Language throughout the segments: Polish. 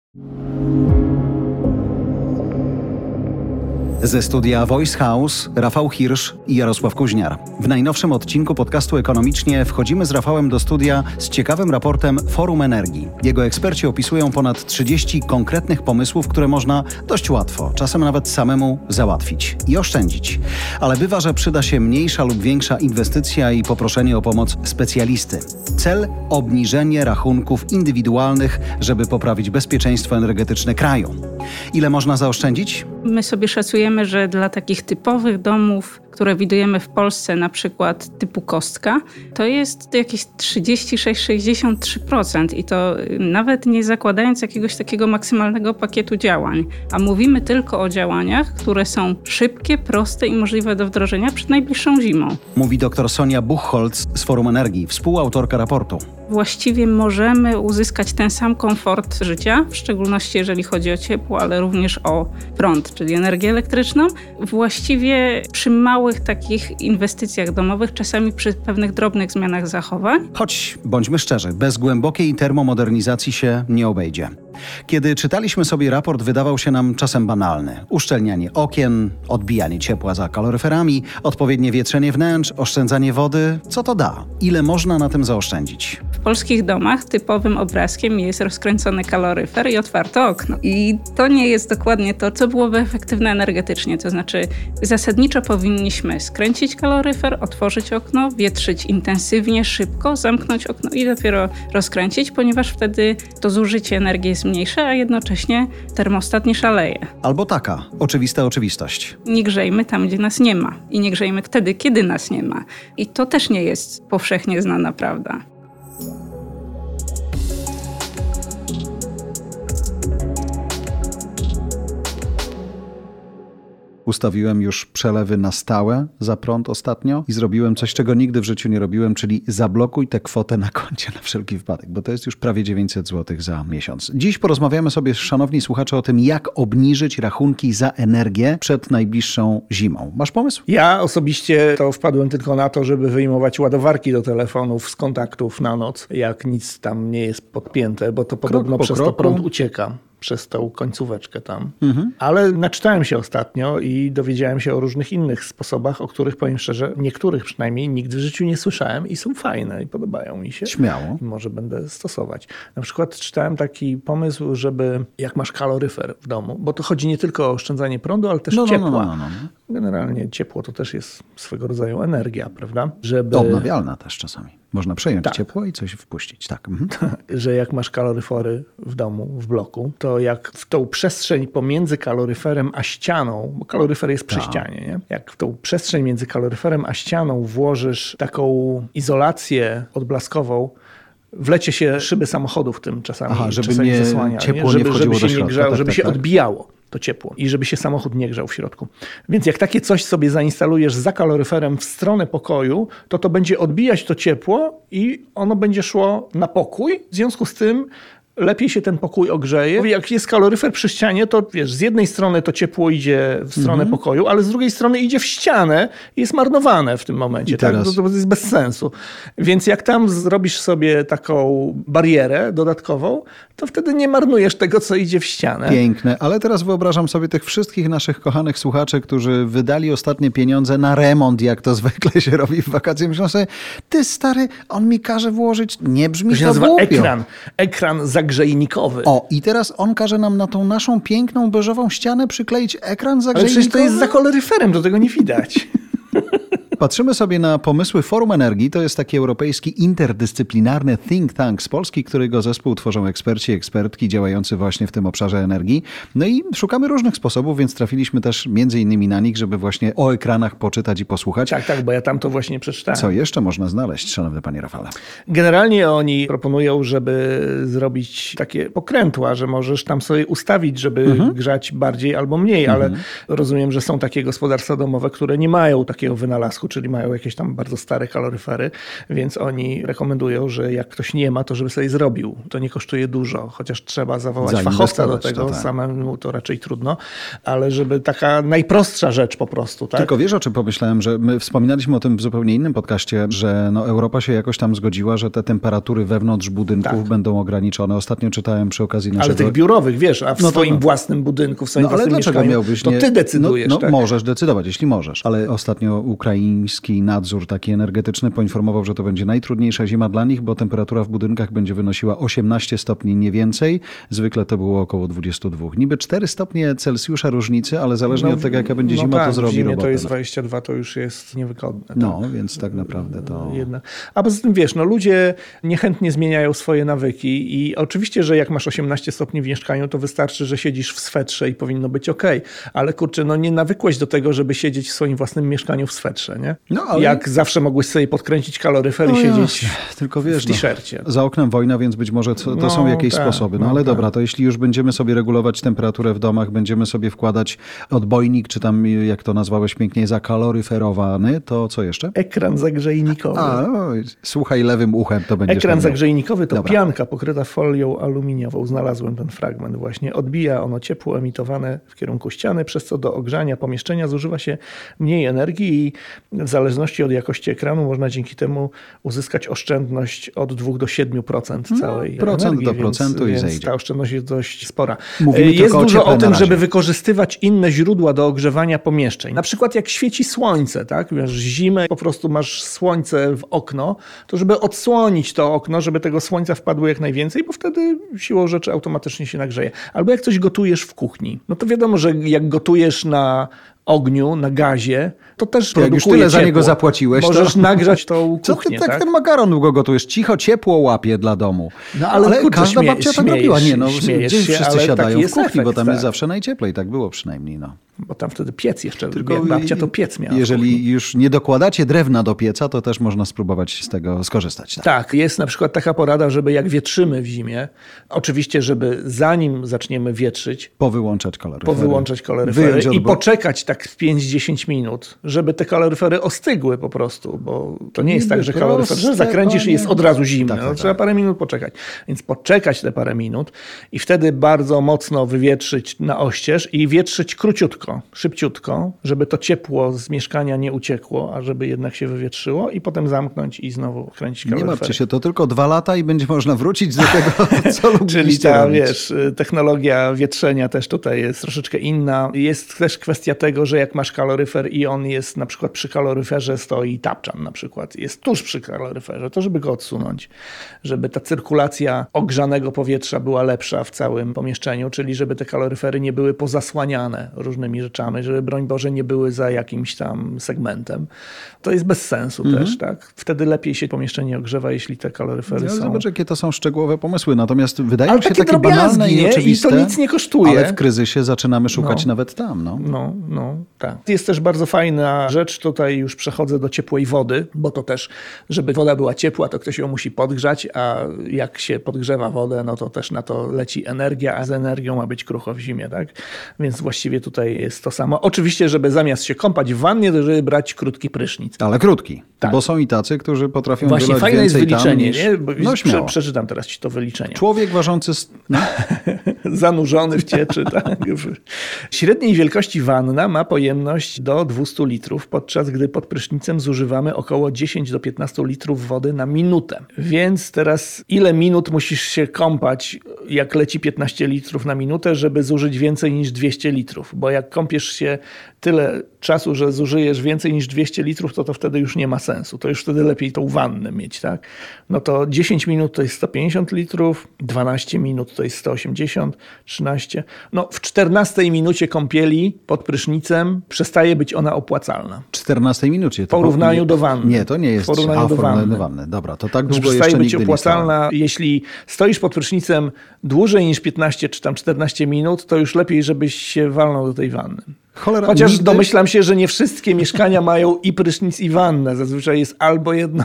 Ze studia Voice House Rafał Hirsch i Jarosław Kuźniar. W najnowszym odcinku podcastu Ekonomicznie wchodzimy z Rafałem do studia z ciekawym raportem Forum Energii. Jego eksperci opisują ponad 30 konkretnych pomysłów, które można dość łatwo, czasem nawet samemu załatwić i oszczędzić. Ale bywa, że przyda się mniejsza lub większa inwestycja i poproszenie o pomoc specjalisty. Cel: obniżenie rachunków indywidualnych, żeby poprawić bezpieczeństwo energetyczne kraju. Ile można zaoszczędzić? My sobie szacujemy, że dla takich typowych domów, które widujemy w Polsce, na przykład typu kostka, to jest jakieś 36-63% i to nawet nie zakładając jakiegoś takiego maksymalnego pakietu działań. A mówimy tylko o działaniach, które są szybkie, proste i możliwe do wdrożenia przed najbliższą zimą. Mówi dr Sonia Buchholz z Forum Energii, współautorka raportu. Właściwie możemy uzyskać ten sam komfort życia, w szczególności jeżeli chodzi o ciepło, ale również o prąd, czyli energię elektryczną. Właściwie przy małych takich inwestycjach domowych, czasami przy pewnych drobnych zmianach zachowań. Choć, bądźmy szczerzy, bez głębokiej termomodernizacji się nie obejdzie. Kiedy czytaliśmy sobie raport, wydawał się nam czasem banalny. Uszczelnianie okien, odbijanie ciepła za kaloryferami, odpowiednie wietrzenie wnętrz, oszczędzanie wody. Co to da? Ile można na tym zaoszczędzić? W polskich domach typowym obrazkiem jest rozkręcony kaloryfer i otwarte okno. I to nie jest dokładnie to, co byłoby efektywne energetycznie. To znaczy zasadniczo powinniśmy skręcić kaloryfer, otworzyć okno, wietrzyć intensywnie, szybko, zamknąć okno i dopiero rozkręcić, ponieważ wtedy to zużycie energii jest mniejsze, a jednocześnie termostat nie szaleje. Albo taka oczywista oczywistość. Nie grzejmy tam, gdzie nas nie ma. I nie grzejmy wtedy, kiedy nas nie ma. I to też nie jest powszechnie znana prawda. Ustawiłem już przelewy na stałe za prąd ostatnio i zrobiłem coś, czego nigdy w życiu nie robiłem, czyli zablokuj tę kwotę na koncie na wszelki wypadek, bo to jest już prawie 900 zł za miesiąc. Dziś porozmawiamy sobie, szanowni słuchacze, o tym, jak obniżyć rachunki za energię przed najbliższą zimą. Masz pomysł? Ja osobiście to wpadłem tylko na to, żeby wyjmować ładowarki do telefonów z kontaktów na noc, jak nic tam nie jest podpięte, bo to podobno przez to prąd ucieka. Przez tą końcóweczkę tam. Ale naczytałem się ostatnio i dowiedziałem się o różnych innych sposobach, o których, powiem szczerze, niektórych przynajmniej nigdy w życiu nie słyszałem i są fajne i podobają mi się. Śmiało. I może będę stosować. Na przykład czytałem taki pomysł, żeby jak masz kaloryfer w domu, bo to chodzi nie tylko o oszczędzanie prądu, ale też ciepła. Generalnie ciepło to też jest swego rodzaju energia, prawda? Żeby... Odnawialna też czasami. Można przejąć ciepło i coś wpuścić. Tak. Że jak masz kaloryfery w domu, w bloku, to jak w tą przestrzeń pomiędzy kaloryferem a ścianą, bo kaloryfer jest przy ścianie, nie? Jak w tą przestrzeń między kaloryferem a ścianą włożysz taką izolację odblaskową, wlecie się szyby samochodów tym czasami. Żeby czasami nie zasłania, ciepło nie? nie wchodziło żeby się do środka. Nie grzało, żeby się odbijało to ciepło i żeby się samochód nie grzał w środku. Więc jak takie coś sobie zainstalujesz za kaloryferem w stronę pokoju, to będzie odbijać to ciepło i ono będzie szło na pokój. W związku z tym lepiej się ten pokój ogrzeje. Jak jest kaloryfer przy ścianie, to wiesz, z jednej strony to ciepło idzie w stronę pokoju, ale z drugiej strony idzie w ścianę i jest marnowane w tym momencie. Tak? To jest bez sensu. Więc jak tam zrobisz sobie taką barierę dodatkową, to wtedy nie marnujesz tego, co idzie w ścianę. Piękne, ale teraz wyobrażam sobie tych wszystkich naszych kochanych słuchaczy, którzy wydali ostatnie pieniądze na remont, jak to zwykle się robi w wakacje. Myślą sobie, ty stary, on mi każe włożyć, nie brzmi to nazywa głupio. Ekran zagrzejnikowy. O, i teraz on każe nam na tą naszą piękną, beżową ścianę przykleić ekran zagrzejnikowy? Ale przecież to jest za kaloryferem, to tego nie widać. Patrzymy sobie na pomysły Forum Energii. To jest taki europejski interdyscyplinarny think tank z Polski, którego zespół tworzą eksperci i ekspertki działający właśnie w tym obszarze energii. No i szukamy różnych sposobów, więc trafiliśmy też między innymi na nich, żeby właśnie o ekranach poczytać i posłuchać. Tak, bo ja tam to właśnie przeczytałem. Co jeszcze można znaleźć, szanowny panie Rafale? Generalnie oni proponują, żeby zrobić takie pokrętła, że możesz tam sobie ustawić, żeby grzać bardziej albo mniej, ale rozumiem, że są takie gospodarstwa domowe, które nie mają takiego wynalazku, czyli mają jakieś tam bardzo stare kaloryfery, więc oni rekomendują, że jak ktoś nie ma, to żeby sobie zrobił. To nie kosztuje dużo, chociaż trzeba zawołać fachowca do tego, tak. samemu to raczej trudno, ale żeby taka najprostsza rzecz po prostu. Tak? Tylko wiesz, o czym pomyślałem, że my wspominaliśmy o tym w zupełnie innym podcaście, że Europa się jakoś tam zgodziła, że te temperatury wewnątrz budynków będą ograniczone. Ostatnio czytałem przy okazji naszego... Ale tych biurowych, wiesz, a w swoim własnym budynku, w swoim własnym mieszkaniu, to ty decydujesz. Tak? Możesz decydować, jeśli możesz. Ale ostatnio ukraiński nadzór taki energetyczny poinformował, że to będzie najtrudniejsza zima dla nich, bo temperatura w budynkach będzie wynosiła 18 stopni, nie więcej. Zwykle to było około 22. Niby 4 stopnie Celsjusza różnicy, ale zależnie od tego, jaka będzie zima, to zrobi robotę. To jest 22, to już jest niewygodne. Tak? No, więc tak naprawdę to... A poza tym, wiesz, ludzie niechętnie zmieniają swoje nawyki i oczywiście, że jak masz 18 stopni w mieszkaniu, to wystarczy, że siedzisz w swetrze i powinno być okej. Ale kurczę, nie nawykłeś do tego, żeby siedzieć w swoim własnym mieszkaniu w swetrze, nie? Ale... Jak zawsze mogłeś sobie podkręcić kaloryfer i siedzieć tylko wiesz, w t-shircie. Za oknem wojna, więc być może to są jakieś sposoby. Ale dobra, to jeśli już będziemy sobie regulować temperaturę w domach, będziemy sobie wkładać odbojnik, czy tam, jak to nazwałeś pięknie, zakaloryferowany, to co jeszcze? Ekran zagrzejnikowy. Słuchaj lewym uchem, to będzie Ekran zagrzejnikowy to pianka pokryta folią aluminiową. Znalazłem ten fragment właśnie. Odbija ono ciepło emitowane w kierunku ściany, przez co do ogrzania pomieszczenia zużywa się mniej energii i w zależności od jakości ekranu można dzięki temu uzyskać oszczędność od 2 do 7% całej energii. Do procentu i zejdzie. Ta oszczędność jest dość spora. Mówimy jest dużo o tym, żeby wykorzystać wykorzystywać inne źródła do ogrzewania pomieszczeń. Na przykład jak świeci słońce, tak? Wiesz, zimę po prostu masz słońce w okno, to żeby odsłonić to okno, żeby tego słońca wpadło jak najwięcej, bo wtedy siłą rzeczy automatycznie się nagrzeje. Albo jak coś gotujesz w kuchni, to wiadomo, że jak gotujesz na ogniu, na gazie, to też jak już tyle ciepło. za niego zapłaciłeś, możesz nagrzać tą kuchnię. Co ty ten makaron długo gotujesz? Cicho, ciepło łapie dla domu. Ale kurczę, każda babcia tak robiła. Gdzieś wszyscy siadają w kuchni, efekt, bo tam jest zawsze najcieplej. Tak było przynajmniej. Bo tam wtedy piec jeszcze, babcia to piec miała. Jeżeli już nie dokładacie drewna do pieca, to też można spróbować z tego skorzystać. Tak, jest na przykład taka porada, żeby jak wietrzymy w zimie, oczywiście, żeby zanim zaczniemy wietrzyć, powyłączać kaloryfery i poczekać tak w 5-10 minut, żeby te kaloryfery ostygły po prostu, bo to nie jest tak, że kaloryfer, że zakręcisz i jest od razu zimny. Trzeba parę minut poczekać. Więc poczekać te parę minut i wtedy bardzo mocno wywietrzyć na oścież i wietrzyć króciutko, szybciutko, żeby to ciepło z mieszkania nie uciekło, a żeby jednak się wywietrzyło i potem zamknąć i znowu kręcić kaloryfery. Nie martwcie się, to tylko 2 lata i będzie można wrócić do tego, co lubiliście Czyli ta, robić. technologia wietrzenia też tutaj jest troszeczkę inna. Jest też kwestia tego, że jak masz kaloryfer i on jest na przykład przy kaloryferze stoi tapczan na przykład, jest tuż przy kaloryferze, to żeby go odsunąć, żeby ta cyrkulacja ogrzanego powietrza była lepsza w całym pomieszczeniu, czyli żeby te kaloryfery nie były pozasłaniane różnymi rzeczami, żeby broń Boże nie były za jakimś tam segmentem. To jest bez sensu też, tak? Wtedy lepiej się pomieszczenie ogrzewa, jeśli te kaloryfery są... Zobacz, jakie to są szczegółowe pomysły, natomiast wydają się takie drobiazgi, banalne i oczywiste, i to nic nie kosztuje. ale w kryzysie zaczynamy szukać nawet tam. Tak. Jest też bardzo fajna rzecz, tutaj już przechodzę do ciepłej wody, bo to też, żeby woda była ciepła, to ktoś ją musi podgrzać, a jak się podgrzewa wodę, to też na to leci energia, a z energią ma być krucho w zimie, tak? Więc właściwie tutaj jest to samo. Oczywiście, żeby zamiast się kąpać w wannie, to żeby brać krótki prysznic. Ale krótki, tak. Bo są i tacy, którzy potrafią właśnie wylać fajne więcej jest wyliczenie, tam niż... Przeczytam teraz ci to wyliczenie. Człowiek ważący... Zanurzony w cieczy, tak? Średniej wielkości wanna ma pojemność do 200 litrów, podczas gdy pod prysznicem zużywamy około 10 do 15 litrów wody na minutę. Więc teraz ile minut musisz się kąpać, jak leci 15 litrów na minutę, żeby zużyć więcej niż 200 litrów? Bo jak kąpiesz się tyle czasu, że zużyjesz więcej niż 200 litrów, to wtedy już nie ma sensu. To już wtedy lepiej tą wannę mieć, tak? To 10 minut to jest 150 litrów, 12 minut to jest 180, 13. W 14 minucie kąpieli pod prysznicem przestaje być ona opłacalna. W 14 minucie. W porównaniu do wanny. Nie, to nie jest. W porównaniu do wanny. Dobra, to tak długo przestaje jeszcze być nigdy opłacalna. Jeśli stoisz pod prysznicem dłużej niż 15 czy tam 14 minut, to już lepiej, żebyś się walnął do tej wanny. Cholera, Chociaż domyślam się, że nie wszystkie mieszkania mają i prysznic, i wannę. Zazwyczaj jest albo jedno,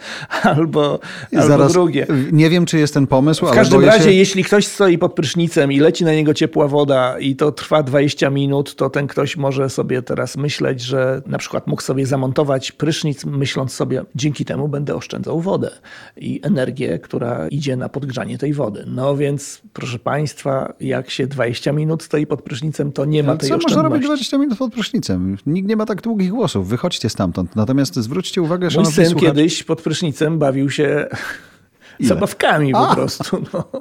albo drugie. Nie wiem, czy jest ten pomysł, w każdym razie, jeśli ktoś stoi pod prysznicem i leci na niego ciepła woda i to trwa 20 minut, to ten ktoś może sobie teraz myśleć, że na przykład mógł sobie zamontować prysznic, myśląc sobie, dzięki temu będę oszczędzał wodę i energię, która idzie na podgrzanie tej wody. No więc, proszę Państwa, jak się 20 minut stoi pod prysznicem, to nie ma tej oszczędności. Co można robić 20 minut pod prysznicem? Nikt nie ma tak długich włosów. Wychodźcie stamtąd. Natomiast zwróćcie uwagę, że mój syn kiedyś pod prysznicem bawił się zabawkami po prostu.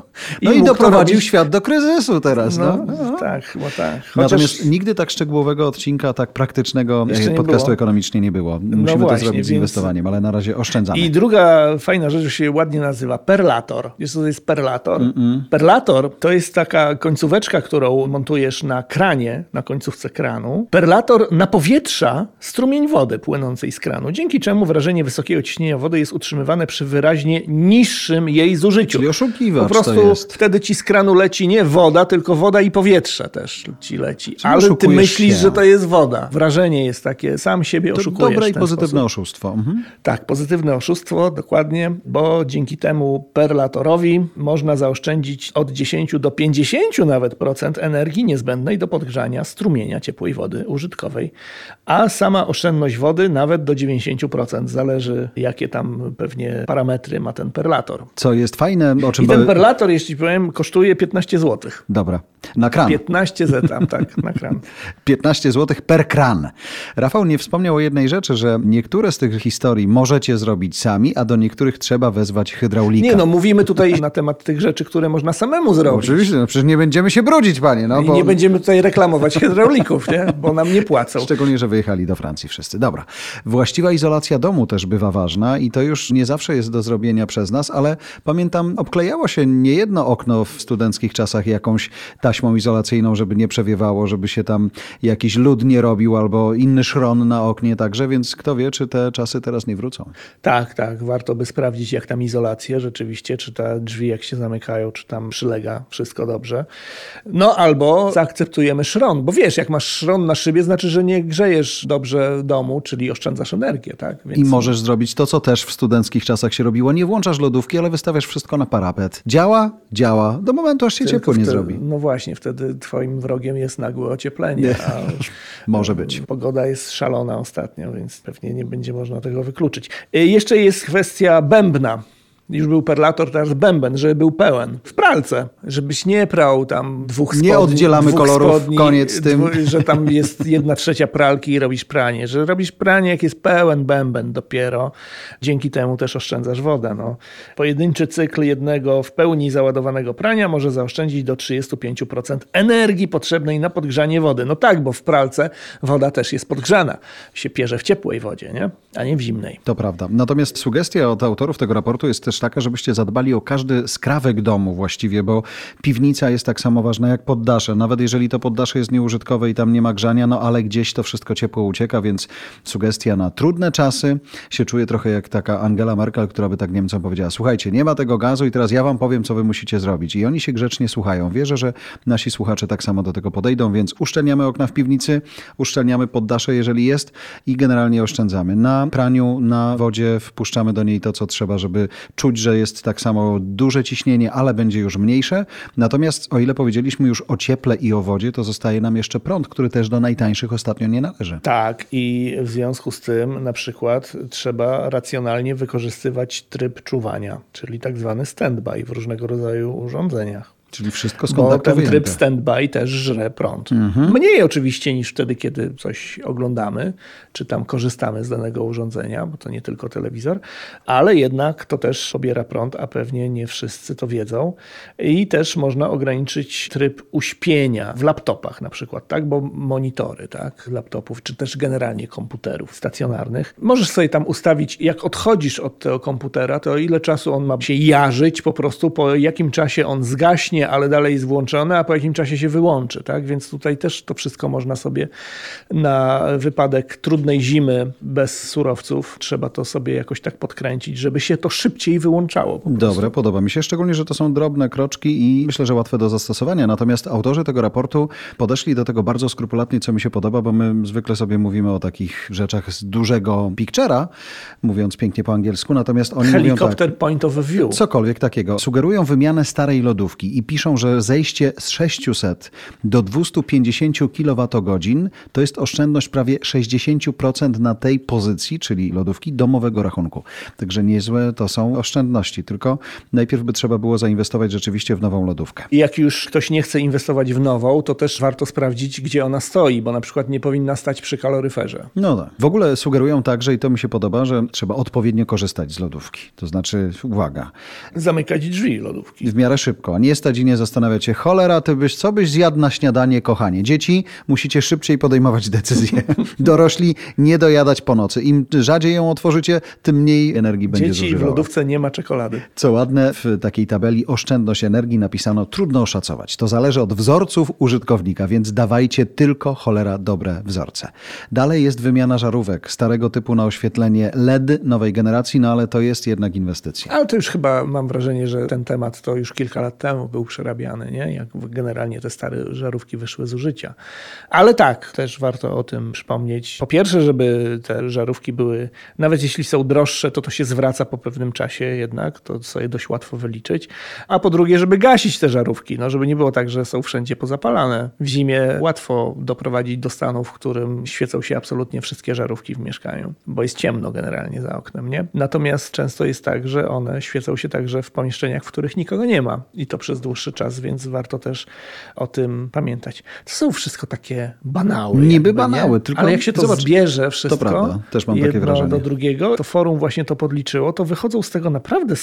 I doprowadził świat do kryzysu teraz. Tak, chyba tak. Natomiast nigdy tak szczegółowego odcinka, tak praktycznego podcastu ekonomicznie nie było. Musimy to zrobić z inwestowaniem, ale na razie oszczędzamy. I druga fajna rzecz się ładnie nazywa perlator. Wiesz, co to jest perlator? Perlator to jest taka końcóweczka, którą montujesz na kranie, na końcówce kranu. Perlator napowietrza strumień wody płynącej z kranu, dzięki czemu wrażenie wysokiego ciśnienia wody jest utrzymywane przy wyraźnie niższym jej zużyciu. Czyli oszukiwacz po prostu wtedy ci z kranu leci nie woda, tylko woda i powietrze też ci leci. Czyli ale ty myślisz, że to jest woda. Wrażenie jest takie, sam siebie oszukujesz. Dobre i pozytywne oszustwo. Tak, pozytywne oszustwo, dokładnie, bo dzięki temu perlatorowi można zaoszczędzić od 10 do 50 nawet procent energii niezbędnej do podgrzania strumienia ciepłej wody użytkowej, a sama oszczędność wody nawet do 90%. Zależy, jakie tam pewnie parametry ma ten perlator. Co jest fajne, o czym... I ten perlator, jeśli powiem, kosztuje 15 zł. Dobra. Na kran. 15 zł, tak, na kran. 15 zł per kran. Rafał nie wspomniał o jednej rzeczy, że niektóre z tych historii możecie zrobić sami, a do niektórych trzeba wezwać hydraulika. Nie, mówimy tutaj na temat tych rzeczy, które można samemu zrobić. Oczywiście, przecież nie będziemy się brudzić, panie. I nie będziemy tutaj reklamować hydraulików, nie? Bo nam nie płacą. Szczególnie, że wyjechali do Francji wszyscy. Dobra. Właściwa izolacja domu też bywa ważna i to już nie zawsze jest do zrobienia przez nas, ale pamiętam, obklejało się niejedno okno w studenckich czasach jakąś taśmą izolacyjną, żeby nie przewiewało, żeby się tam jakiś lód nie robił albo inny szron na oknie także, więc kto wie, czy te czasy teraz nie wrócą. Tak. Warto by sprawdzić, jak tam izolacja rzeczywiście, czy te drzwi jak się zamykają, czy tam przylega wszystko dobrze. No albo zaakceptujemy szron, bo wiesz, jak masz szron na szybie, znaczy, że nie grzejesz dobrze domu, czyli oszczędzasz energię. Tak? Więc... I możesz zrobić to, co też w studenckich czasach się robiło. Nie włączasz lodówki, ale wystawiasz wszystko na parapet. Działa, do momentu, aż się ciepło nie zrobi. No właśnie, wtedy twoim wrogiem jest nagłe ocieplenie. A może być. Pogoda jest szalona ostatnio, więc pewnie nie będzie można tego wykluczyć. Jeszcze jest kwestia bębna. Już był perlator, teraz bęben, żeby był pełen. W pralce, żebyś nie prał tam dwóch spodni. Nie oddzielamy kolorów, koniec z tym. Że tam jest 1/3 pralki i robisz pranie. Że robisz pranie, jak jest pełen bęben dopiero. Dzięki temu też oszczędzasz wodę. Pojedynczy cykl jednego w pełni załadowanego prania może zaoszczędzić do 35% energii potrzebnej na podgrzanie wody. No tak, bo w pralce woda też jest podgrzana. Się pierze w ciepłej wodzie, nie? A nie w zimnej. To prawda. Natomiast sugestia od autorów tego raportu jest też taka, żebyście zadbali o każdy skrawek domu właściwie, bo piwnica jest tak samo ważna jak poddasze. Nawet jeżeli to poddasze jest nieużytkowe i tam nie ma grzania, ale gdzieś to wszystko ciepło ucieka, więc sugestia na trudne czasy. Się czuję trochę jak taka Angela Merkel, która by tak Niemcom powiedziała: słuchajcie, nie ma tego gazu i teraz ja wam powiem, co wy musicie zrobić. I oni się grzecznie słuchają. Wierzę, że nasi słuchacze tak samo do tego podejdą, więc uszczelniamy okna w piwnicy, uszczelniamy poddasze, jeżeli jest, i generalnie oszczędzamy. Na praniu, na wodzie wpuszczamy do niej to, co trzeba, żeby czuć, że jest tak samo duże ciśnienie, ale będzie już mniejsze. Natomiast o ile powiedzieliśmy już o cieple i o wodzie, to zostaje nam jeszcze prąd, który też do najtańszych ostatnio nie należy. Tak, i w związku z tym na przykład trzeba racjonalnie wykorzystywać tryb czuwania, czyli tak zwany standby w różnego rodzaju urządzeniach. Czyli wszystko z kontaktu Bo ten wyjęte. tryb standby też żre prąd. Mniej oczywiście niż wtedy, kiedy coś oglądamy, czy tam korzystamy z danego urządzenia, bo to nie tylko telewizor, ale jednak to też pobiera prąd, a pewnie nie wszyscy to wiedzą. I też można ograniczyć tryb uśpienia w laptopach na przykład, tak? Bo monitory, tak? Laptopów, czy też generalnie komputerów stacjonarnych. Możesz sobie tam ustawić, jak odchodzisz od tego komputera, to ile czasu on ma się jarzyć, po prostu po jakim czasie on zgaśnie, ciepnie, ale dalej jest włączone, a po jakim czasie się wyłączy. Tak? Więc tutaj też to wszystko można sobie na wypadek trudnej zimy bez surowców, trzeba to sobie jakoś tak podkręcić, żeby się to szybciej wyłączało. Dobre, podoba mi się, szczególnie, że to są drobne kroczki i myślę, że łatwe do zastosowania. Natomiast autorzy tego raportu podeszli do tego bardzo skrupulatnie, co mi się podoba, bo my zwykle sobie mówimy o takich rzeczach z dużego picture'a, mówiąc pięknie po angielsku, natomiast oni Helicopter mówią tak, point of view. cokolwiek takiego. Sugerują wymianę starej lodówki i piszą, że zejście z 600 do 250 kWh to jest oszczędność prawie 60% na tej pozycji, czyli lodówki, domowego rachunku. Także niezłe to są oszczędności, tylko najpierw by trzeba było zainwestować rzeczywiście w nową lodówkę. I jak już ktoś nie chce inwestować w nową, to też warto sprawdzić, gdzie ona stoi, bo na przykład nie powinna stać przy kaloryferze. No tak. W ogóle sugerują także, i to mi się podoba, że trzeba odpowiednio korzystać z lodówki. To znaczy, uwaga, Zamykać drzwi lodówki. w miarę szybko. Nie stać i nie zastanawiać się, cholera, co byś zjadł na śniadanie, kochanie? Dzieci, musicie szybciej podejmować decyzje. Dorośli, nie dojadać po nocy. Im rzadziej ją otworzycie, tym mniej energii będzie Dzieci zużywała. w lodówce nie ma czekolady. Co ładne, w takiej tabeli oszczędność energii napisano, trudno oszacować. To zależy od wzorców użytkownika, więc dawajcie tylko cholera dobre wzorce. Dalej jest wymiana żarówek starego typu na oświetlenie LED nowej generacji, no ale to jest jednak inwestycja. Ale to już chyba mam wrażenie, że ten temat to już kilka lat temu był przerabiany, nie? Jak generalnie te stare żarówki wyszły z użycia. Ale tak, też warto o tym przypomnieć. Po pierwsze, żeby te żarówki były, nawet jeśli są droższe, to się zwraca po pewnym czasie jednak, to sobie dość łatwo wyliczyć. A po drugie, żeby gasić te żarówki, no żeby nie było tak, że są wszędzie pozapalane. W zimie łatwo doprowadzić do stanu, w którym świecą się absolutnie wszystkie żarówki w mieszkaniu, bo jest ciemno generalnie za oknem, nie? Natomiast często jest tak, że one świecą się także w pomieszczeniach, w których nikogo nie ma i to przez dłuższy czas, więc warto też o tym pamiętać. To są wszystko takie banały. Niby banały, tylko ale jak się to zbierze wszystko, to prawda, też mam takie jedno wrażenie. do drugiego, to forum właśnie to podliczyło, to wychodzą z tego naprawdę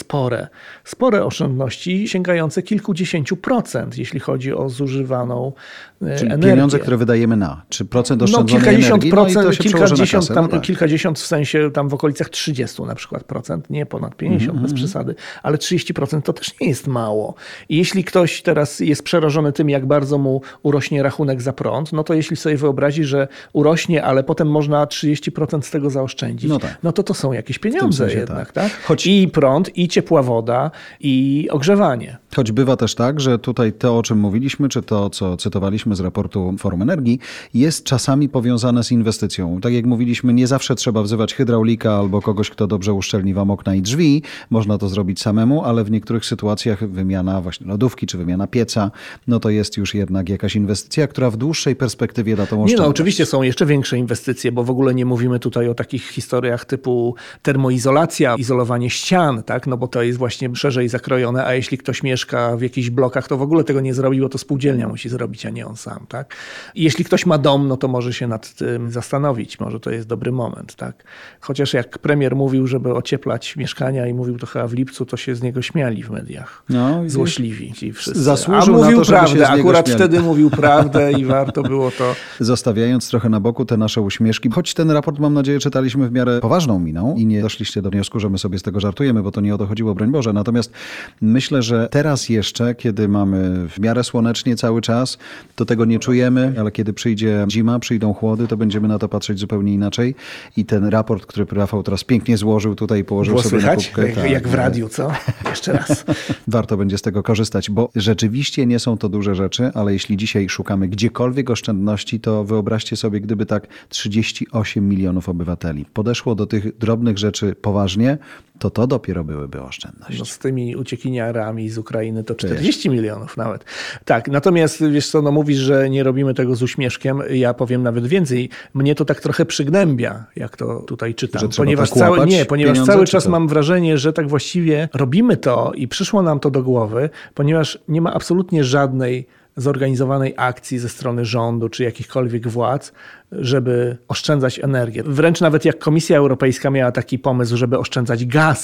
spore oszczędności sięgające kilkudziesięciu procent, jeśli chodzi o zużywaną Czyli energię. pieniądze, które wydajemy na, czy procent oszczędzonej kilkadziesiąt energii, procent, no i to się przełoży na kasę. No tak. kilkadziesiąt w sensie tam w okolicach 30 na przykład procent, nie ponad 50 bez przesady, ale 30% to też nie jest mało. I jeśli ktoś teraz jest przerażony tym, jak bardzo mu urośnie rachunek za prąd, no to jeśli sobie wyobrazi, że urośnie, ale potem można 30% z tego zaoszczędzić, no to są jakieś pieniądze jednak. Tak? Choć... I prąd, i ciepła woda, i ogrzewanie. Choć bywa też tak, że tutaj to, o czym mówiliśmy, czy to, co cytowaliśmy z raportu Forum Energii, jest czasami powiązane z inwestycją. Tak jak mówiliśmy, nie zawsze trzeba wzywać hydraulika albo kogoś, kto dobrze uszczelni wam okna i drzwi. Można to zrobić samemu, ale w niektórych sytuacjach wymiana właśnie lodówki, czy wymiana pieca, no to jest już jednak jakaś inwestycja, która w dłuższej perspektywie da tą oszczędność. Nie, no oczywiście są jeszcze większe inwestycje, bo w ogóle nie mówimy tutaj o takich historiach typu termoizolacja, izolowanie ścian, tak? No bo to jest właśnie szerzej zakrojone, a jeśli ktoś mieszka w jakichś blokach, to w ogóle tego nie zrobi, bo to spółdzielnia musi zrobić, a nie on sam, tak? I jeśli ktoś ma dom, no to może się nad tym zastanowić, może to jest dobry moment, tak? Chociaż jak premier mówił, żeby ocieplać mieszkania i mówił to chyba w lipcu, to się z niego śmiali w mediach. No, złośliwi ci wszyscy. Zasłużył a mówił na to, żeby prawdę, się z niego akurat śmiali. wtedy mówił prawdę i warto było to... Zostawiając trochę na boku te nasze uśmieszki, choć ten raport, mam nadzieję, czytaliśmy w miarę poważną miną i nie doszliście do wniosku, że my sobie z tego żartujemy, bo to nie o to chodziło, broń Boże. Natomiast myślę, że teraz jeszcze, kiedy mamy w miarę słonecznie cały czas, to tego nie czujemy, ale kiedy przyjdzie zima, przyjdą chłody, to będziemy na to patrzeć zupełnie inaczej. I ten raport, który Rafał teraz pięknie złożył tutaj i położył Było sobie słychać? na kubkę. Jak w radiu, co? Jeszcze raz. Warto będzie z tego korzystać, bo rzeczywiście nie są to duże rzeczy, ale jeśli dzisiaj szukamy gdziekolwiek oszczędności, to wyobraźcie sobie, gdyby tak 38 milionów obywateli podeszło do tych drobnych rzeczy poważnie, to dopiero byłyby oszczędności. No z tymi uciekiniarami z Ukrainy to 40 milionów nawet. Tak, natomiast wiesz co, no mówisz, że nie robimy tego z uśmieszkiem. Ja powiem nawet więcej. Mnie to tak trochę przygnębia, jak to tutaj czytam. Ponieważ cały czas mam wrażenie, że tak właściwie robimy to i przyszło nam to do głowy, ponieważ nie ma absolutnie żadnej zorganizowanej akcji ze strony rządu czy jakichkolwiek władz, żeby oszczędzać energię. Wręcz nawet jak Komisja Europejska miała taki pomysł, żeby oszczędzać gaz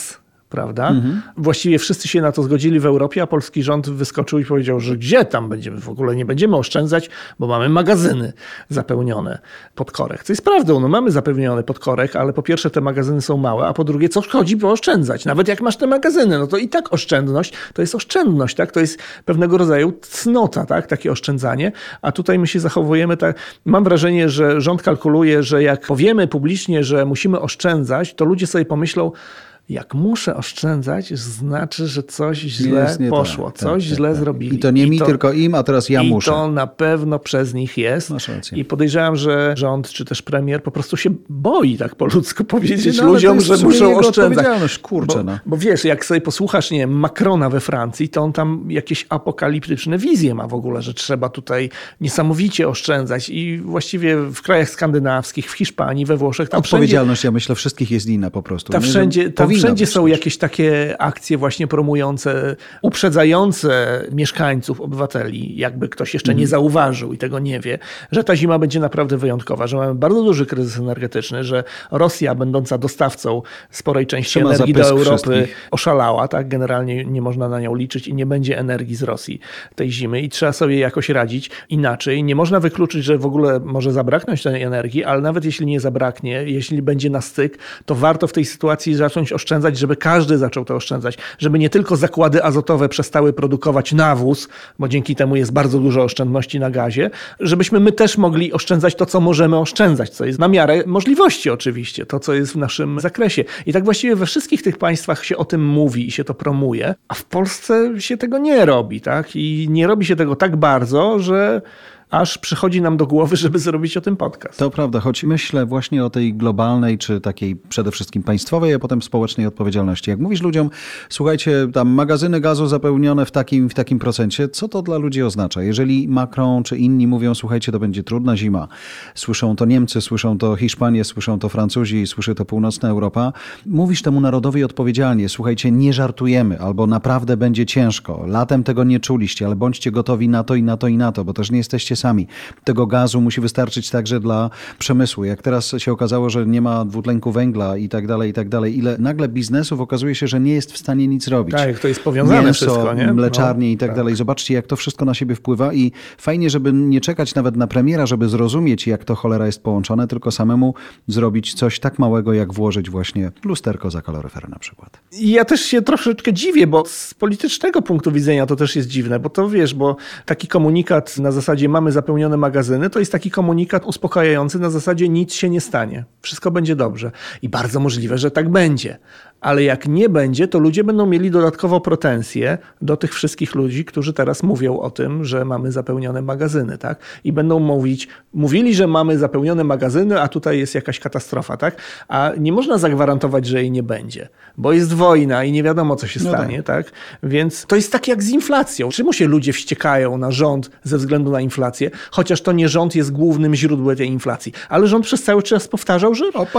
prawda? Właściwie wszyscy się na to zgodzili w Europie, a polski rząd wyskoczył i powiedział, że gdzie tam będziemy, w ogóle nie będziemy oszczędzać, bo mamy magazyny zapełnione pod korek. Co jest prawdą, no mamy zapełnione pod korek, ale po pierwsze te magazyny są małe, a po drugie co chodzi pooszczędzać? Nawet jak masz te magazyny, no to i tak oszczędność to jest oszczędność, tak? To jest pewnego rodzaju cnota, tak? Takie oszczędzanie, a tutaj my się zachowujemy tak. Mam wrażenie, że rząd kalkuluje, że jak powiemy publicznie, że musimy oszczędzać, to ludzie sobie pomyślą, jak muszę oszczędzać, znaczy, że coś źle poszło, coś źle zrobili. I to nie mi, tylko im, a teraz ja muszę. I to na pewno przez nich jest. Masz rację. I podejrzewam, że rząd czy też premier po prostu się boi, tak po ludzku powiedzieć ludziom, że muszą oszczędzać. Kurczę, bo wiesz, jak sobie posłuchasz, nie wiem, Macrona we Francji, to on tam jakieś apokaliptyczne wizje ma w ogóle, że trzeba tutaj niesamowicie oszczędzać i właściwie w krajach skandynawskich, w Hiszpanii, we Włoszech. Tam odpowiedzialność, ja myślę, wszystkich jest inna po prostu. Tam wszędzie są jakieś takie akcje właśnie promujące, uprzedzające mieszkańców, obywateli, jakby ktoś jeszcze nie zauważył i tego nie wie, że ta zima będzie naprawdę wyjątkowa, że mamy bardzo duży kryzys energetyczny, że Rosja, będąca dostawcą sporej części energii do Europy, oszalała, tak? Generalnie nie można na nią liczyć i nie będzie energii z Rosji tej zimy i trzeba sobie jakoś radzić inaczej. Nie można wykluczyć, że w ogóle może zabraknąć tej energii, ale nawet jeśli nie zabraknie, jeśli będzie na styk, to warto w tej sytuacji zacząć oszczędzać, żeby każdy zaczął to oszczędzać, żeby nie tylko zakłady azotowe przestały produkować nawóz, bo dzięki temu jest bardzo dużo oszczędności na gazie, żebyśmy my też mogli oszczędzać to, co możemy oszczędzać, co jest na miarę możliwości oczywiście, to, co jest w naszym zakresie. I tak właściwie we wszystkich tych państwach się o tym mówi i się to promuje, a w Polsce się tego nie robi, tak? I nie robi się tego tak bardzo, że aż przychodzi nam do głowy, żeby zrobić o tym podcast. To prawda, choć myślę właśnie o tej globalnej, czy takiej przede wszystkim państwowej, a potem społecznej odpowiedzialności. Jak mówisz ludziom, słuchajcie, tam magazyny gazu zapełnione w takim procencie, co to dla ludzi oznacza? Jeżeli Macron czy inni mówią, słuchajcie, to będzie trudna zima, słyszą to Niemcy, słyszą to Hiszpanie, słyszą to Francuzi, słyszy to północna Europa, mówisz temu narodowi odpowiedzialnie, słuchajcie, nie żartujemy, albo naprawdę będzie ciężko, latem tego nie czuliście, ale bądźcie gotowi na to i na to i na to, bo też nie jesteście sami. Tego gazu musi wystarczyć także dla przemysłu. Jak teraz się okazało, że nie ma dwutlenku węgla i tak dalej, ile nagle biznesów okazuje się, że nie jest w stanie nic robić. Tak, to jest powiązane mięso, wszystko, nie? mleczarnie i tak dalej. Zobaczcie, jak to wszystko na siebie wpływa i fajnie, żeby nie czekać nawet na premiera, żeby zrozumieć, jak to cholera jest połączone, tylko samemu zrobić coś tak małego, jak włożyć właśnie lusterko za kaloryfer na przykład. Ja też się troszeczkę dziwię, bo z politycznego punktu widzenia to też jest dziwne, bo to wiesz, bo taki komunikat na zasadzie mamy zapełnione magazyny, to jest taki komunikat uspokajający na zasadzie nic się nie stanie. Wszystko będzie dobrze. I bardzo możliwe, że tak będzie. Ale jak nie będzie, to ludzie będą mieli dodatkowo pretensje do tych wszystkich ludzi, którzy teraz mówią o tym, że mamy zapełnione magazyny, tak? I będą mówili, że mamy zapełnione magazyny, a tutaj jest jakaś katastrofa, tak? A nie można zagwarantować, że jej nie będzie, bo jest wojna i nie wiadomo, co się stanie, tak? Więc to jest tak jak z inflacją. Czemu się ludzie wściekają na rząd ze względu na inflację, chociaż to nie rząd jest głównym źródłem tej inflacji. Ale rząd przez cały czas powtarzał, że to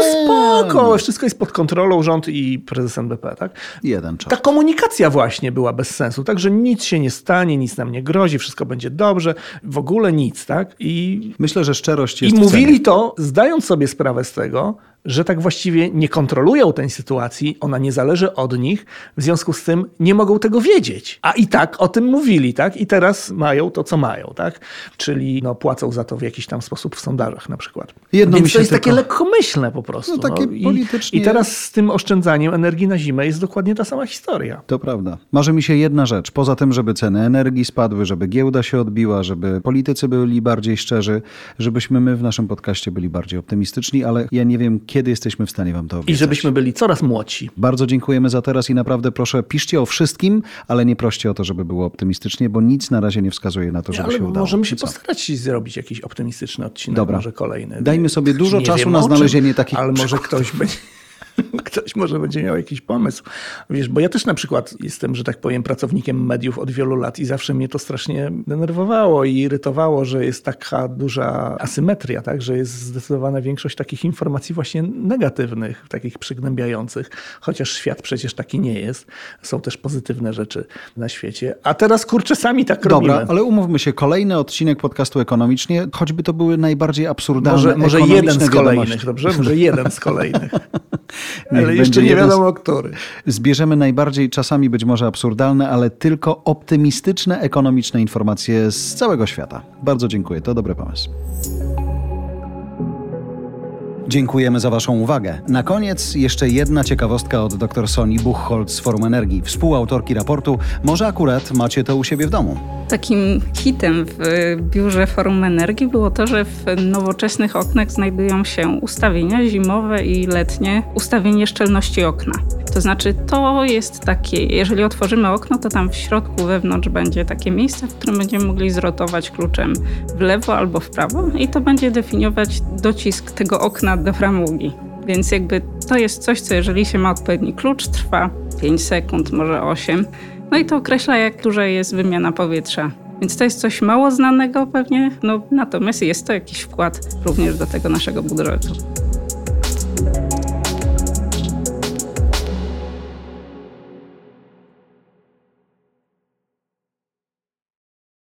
spoko, wszystko jest pod kontrolą, rząd i prezes NBP, tak? Jeden czas. Ta komunikacja właśnie była bez sensu, tak, że nic się nie stanie, nic nam nie grozi, wszystko będzie dobrze, w ogóle nic, tak? I myślę, że szczerość jest i mówili to, zdając sobie sprawę z tego, że tak właściwie nie kontrolują tej sytuacji, ona nie zależy od nich, w związku z tym nie mogą tego wiedzieć. A i tak o tym mówili, tak? I teraz mają to, co mają, tak? Czyli płacą za to w jakiś tam sposób w sondażach na przykład. Więc to jest takie lekkomyślne po prostu. Takie politycznie... I teraz z tym oszczędzaniem energii na zimę jest dokładnie ta sama historia. To prawda. Marzy mi się jedna rzecz. Poza tym, żeby ceny energii spadły, żeby giełda się odbiła, żeby politycy byli bardziej szczerzy, żebyśmy my w naszym podcaście byli bardziej optymistyczni, ale ja nie wiem, kiedy jesteśmy w stanie wam to obiecać. I żebyśmy byli coraz młodsi. Bardzo dziękujemy za teraz i naprawdę proszę, piszcie o wszystkim, ale nie proście o to, żeby było optymistycznie, bo nic na razie nie wskazuje na to, żeby się udało. Możemy się postarać zrobić jakiś optymistyczny odcinek, dobra, może kolejny. Dajmy sobie dużo czasu na znalezienie takich... Ale może ktoś będzie... Ktoś może będzie miał jakiś pomysł. Wiesz, bo ja też na przykład jestem, że tak powiem, pracownikiem mediów od wielu lat i zawsze mnie to strasznie denerwowało i irytowało, że jest taka duża asymetria, tak? Że jest zdecydowana większość takich informacji właśnie negatywnych, takich przygnębiających, chociaż świat przecież taki nie jest. Są też pozytywne rzeczy na świecie. A teraz kurczę, sami tak robimy. Dobra, ale umówmy się, kolejny odcinek podcastu Ekonomicznie, choćby to były najbardziej absurdalne Może jeden z kolejnych, dobrze? Może jeden z kolejnych. Ale jeszcze nie wiadomo, który. Zbierzemy najbardziej, czasami być może absurdalne, ale tylko optymistyczne, ekonomiczne informacje z całego świata. Bardzo dziękuję, to dobry pomysł. Dziękujemy za Waszą uwagę. Na koniec jeszcze jedna ciekawostka od dr Soni Buchholz z Forum Energii, współautorki raportu. Może akurat macie to u siebie w domu. Takim hitem w biurze Forum Energii było to, że w nowoczesnych oknach znajdują się ustawienia zimowe i letnie, ustawienie szczelności okna. To znaczy to jest takie, jeżeli otworzymy okno, to tam w środku, wewnątrz będzie takie miejsce, w którym będziemy mogli zrotować kluczem w lewo albo w prawo i to będzie definiować docisk tego okna do framugi. Więc jakby to jest coś, co jeżeli się ma odpowiedni klucz, trwa 5 sekund, może 8. No i to określa, jak duża jest wymiana powietrza. Więc to jest coś mało znanego pewnie, natomiast jest to jakiś wkład również do tego naszego budżetu.